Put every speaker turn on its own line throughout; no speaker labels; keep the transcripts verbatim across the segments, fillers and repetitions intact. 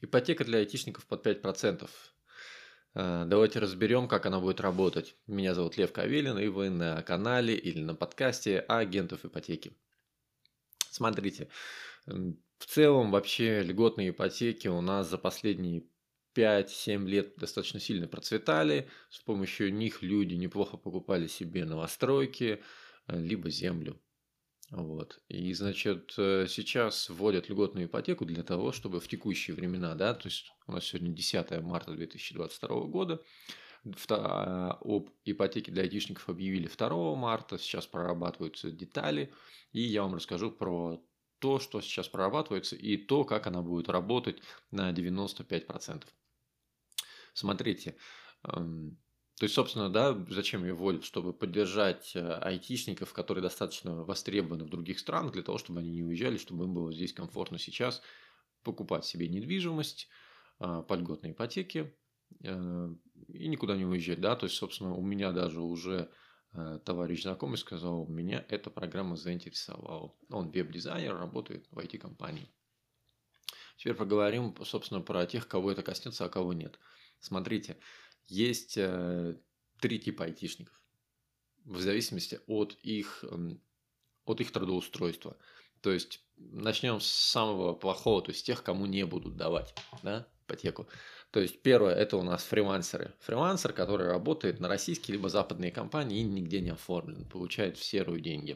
Ипотека для айтишников под пять процентов. Давайте разберем, как она будет работать. Меня зовут Лев Кавелин, и вы на канале или на подкасте агентов ипотеки. Смотрите, в целом вообще льготные ипотеки у нас за последние пять-семь лет достаточно сильно процветали. С помощью них люди неплохо покупали себе новостройки, либо землю. Вот. И, значит, сейчас вводят льготную ипотеку для того, чтобы в текущие времена, да, то есть у нас сегодня десятое марта две тысячи двадцать второго года, об ипотеке для айтишников объявили второго марта, сейчас прорабатываются детали, и я вам расскажу про то, что сейчас прорабатывается, и то, как она будет работать на девяносто пять процентов. Смотрите, то есть, собственно, да, зачем ее вводят? Чтобы поддержать айтишников, которые достаточно востребованы в других странах, для того, чтобы они не уезжали, чтобы им было здесь комфортно сейчас покупать себе недвижимость по льготной ипотеке и никуда не уезжать, да, то есть, собственно, у меня даже уже товарищ знакомый сказал, меня эта программа заинтересовала. Он веб-дизайнер, работает в ай ти-компании. Теперь поговорим, собственно, про тех, кого это коснется, а кого нет. Смотрите, есть три типа айтишников в зависимости от их, от их трудоустройства. То есть, начнем с самого плохого, то есть тех, кому не будут давать, да, ипотеку. То есть, первое – это у нас фрилансеры. Фрилансер, который работает на российские либо западные компании и нигде не оформлен, получает в серую деньги.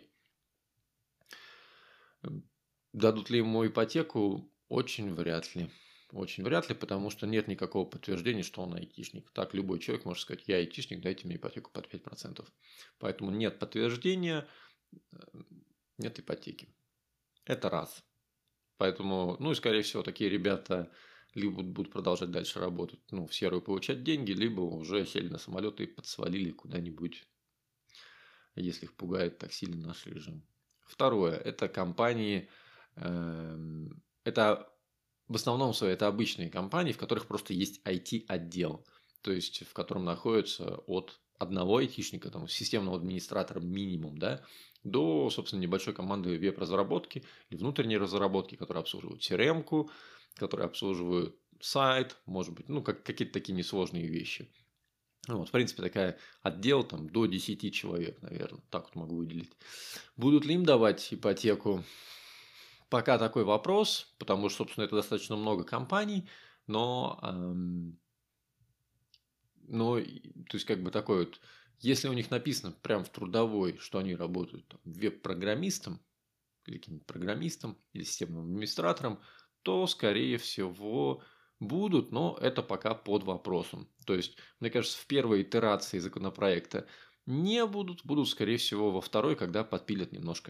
Дадут ли ему ипотеку? Очень вряд ли. Очень вряд ли, потому что нет никакого подтверждения, что он айтишник. Так любой человек может сказать, я айтишник, дайте мне ипотеку под пять процентов. Поэтому нет подтверждения, нет ипотеки. Это раз. Поэтому, ну и скорее всего, такие ребята либо будут продолжать дальше работать, ну, в серую получать деньги, либо уже сели на самолет и подсвалили куда-нибудь, если их пугает так сильно наш режим. Второе, это компании, э, это в основном свои это обычные компании, в которых просто есть ай ти-отдел, то есть в котором находится от одного айтишника, там, системного администратора минимум, да, до, собственно, небольшой команды веб-разработки или внутренней разработки, которые обслуживают си эр эм-ку, которые обслуживают сайт, может быть, ну, как, какие-то такие несложные вещи. Вот, в принципе, такая отдел там до десяти человек, наверное, так вот могу выделить. Будут ли им давать ипотеку? Пока такой вопрос, потому что, собственно, это достаточно много компаний, но, эм, но, то есть, как бы такой вот, если у них написано прямо в трудовой, что они работают там, веб-программистом, или каким-то программистом, или системным администратором, то, скорее всего, будут, но это пока под вопросом. То есть, мне кажется, в первой итерации законопроекта не будут, будут, скорее всего, во второй, когда подпилят немножко.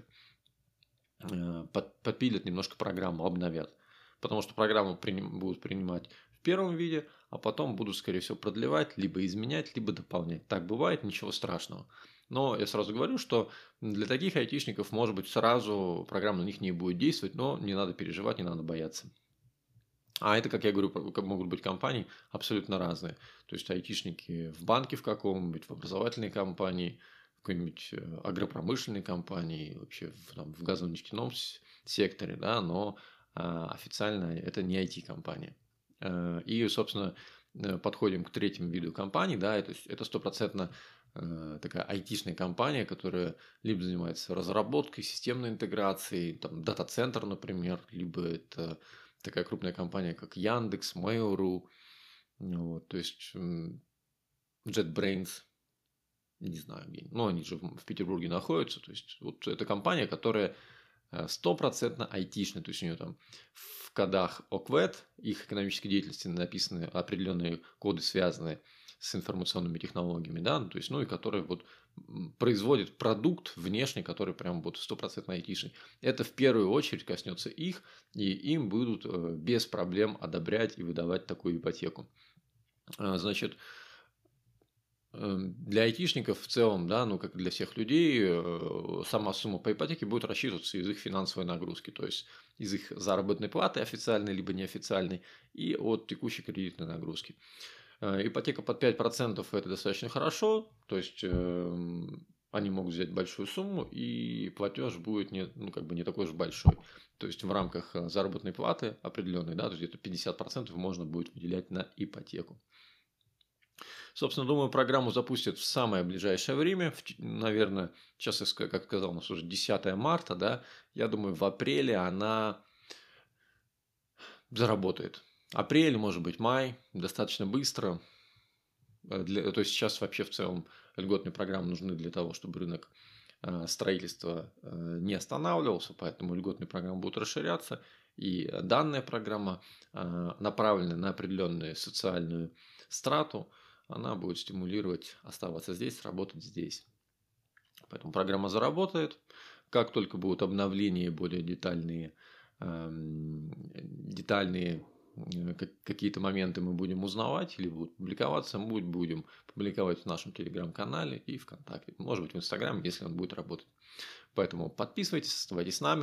подпилят немножко программу, обновят. Потому что программу приним, будут принимать в первом виде, а потом будут, скорее всего, продлевать, либо изменять, либо дополнять. Так бывает, ничего страшного. Но я сразу говорю, что для таких айтишников, может быть, сразу программа на них не будет действовать, но не надо переживать, не надо бояться. А это, как я говорю, могут быть компании абсолютно разные. То есть айтишники в банке в каком-нибудь, в образовательной компании, в какой-нибудь агропромышленной компании, вообще в, там, в газонефтяном секторе, да, но а, официально это не ай ти-компания. И, собственно, подходим к третьему виду компаний, да, то есть это стопроцентно такая айтишная компания, которая либо занимается разработкой, системной интеграцией, там, дата-центр, например, либо это такая крупная компания, как Яндекс, Mail.ru, вот, то есть JetBrains, не знаю где, но они же в Петербурге находятся, то есть вот это компания, которая стопроцентно айтишная, то есть у нее там в кодах ОКВЭД, их экономической деятельности написаны определенные коды, связанные с информационными технологиями, да, то есть, ну и которые вот производит продукт внешний, который прям вот стопроцентно айтишный. Это в первую очередь коснется их, и им будут без проблем одобрять и выдавать такую ипотеку. Значит, для айтишников в целом, да, ну как и для всех людей, сама сумма по ипотеке будет рассчитываться из их финансовой нагрузки, то есть из их заработной платы официальной либо неофициальной и от текущей кредитной нагрузки. Ипотека под пять процентов это достаточно хорошо, то есть они могут взять большую сумму и платеж будет не, ну, как бы не такой же большой. То есть в рамках заработной платы определенной, да, то есть где-то пятьдесят процентов можно будет выделять на ипотеку. Собственно, думаю, программу запустят в самое ближайшее время. Наверное, сейчас, как сказал, у нас уже десятое марта, да. Я думаю, в апреле она заработает. Апрель, может быть, май, достаточно быстро. Для, то есть сейчас вообще в целом льготные программы нужны для того, чтобы рынок строительства не останавливался, поэтому льготные программы будут расширяться. И данная программа, направленная на определенную социальную страту, она будет стимулировать оставаться здесь, работать здесь. Поэтому программа заработает. Как только будут обновления, более детальные, детальные какие-то моменты мы будем узнавать или будут публиковаться, мы будем публиковать в нашем телеграм-канале и ВКонтакте. Может быть, в Инстаграме, если он будет работать. Поэтому подписывайтесь, оставайтесь с нами.